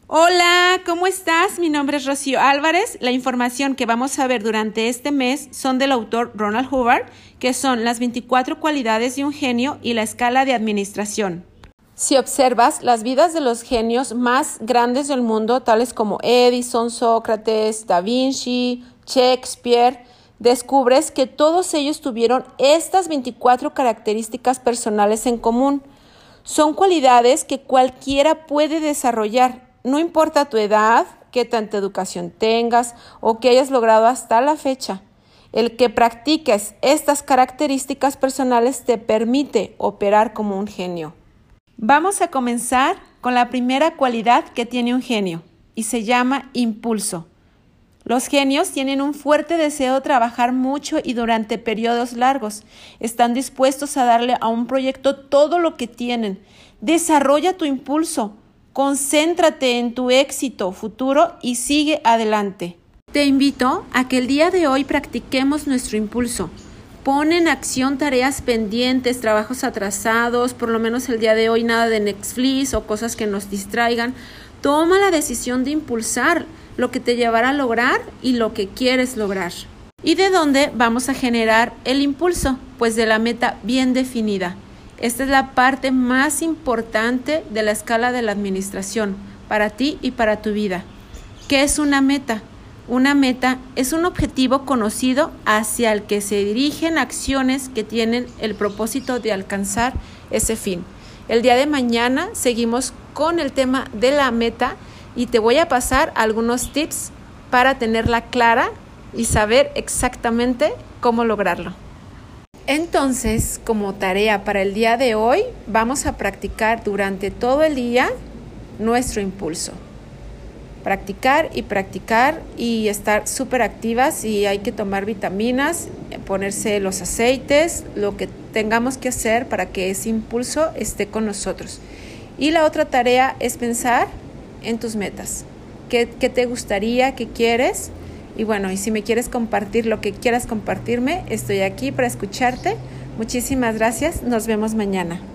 Hola, ¿cómo estás? Mi nombre es Rocío Álvarez. La información que vamos a ver durante este mes son del autor Ronald Hubbard, que son las 24 cualidades de un genio y la escala de administración. Si observas las vidas de los genios más grandes del mundo, tales como Edison, Sócrates, Da Vinci, Shakespeare, descubres que todos ellos tuvieron estas 24 características personales en común. Son cualidades que cualquiera puede desarrollar. No importa tu edad, qué tanta educación tengas o qué hayas logrado hasta la fecha. El que practiques estas características personales te permite operar como un genio. Vamos a comenzar con la primera cualidad que tiene un genio y se llama impulso. Los genios tienen un fuerte deseo de trabajar mucho y durante periodos largos. Están dispuestos a darle a un proyecto todo lo que tienen. Desarrolla tu impulso. Concéntrate en tu éxito futuro y sigue adelante. Te invito a que el día de hoy practiquemos nuestro impulso. Pon en acción tareas pendientes, trabajos atrasados, por lo menos el día de hoy nada de Netflix o cosas que nos distraigan. Toma la decisión de impulsar lo que te llevará a lograr y lo que quieres lograr. ¿Y de dónde vamos a generar el impulso? Pues de la meta bien definida. Esta es la parte más importante de la escala de la administración para ti y para tu vida. ¿Qué es una meta? Una meta es un objetivo conocido hacia el que se dirigen acciones que tienen el propósito de alcanzar ese fin. El día de mañana seguimos con el tema de la meta y te voy a pasar algunos tips para tenerla clara y saber exactamente cómo lograrlo. Entonces, como tarea para el día de hoy, vamos a practicar durante todo el día nuestro impulso. Practicar y estar súper activas, y hay que tomar vitaminas, ponerse los aceites, lo que tengamos que hacer para que ese impulso esté con nosotros. Y la otra tarea es pensar en tus metas. ¿Qué te gustaría? ¿Qué quieres? Y bueno, y si me quieres compartir lo que quieras compartirme, estoy aquí para escucharte. Muchísimas gracias. Nos vemos mañana.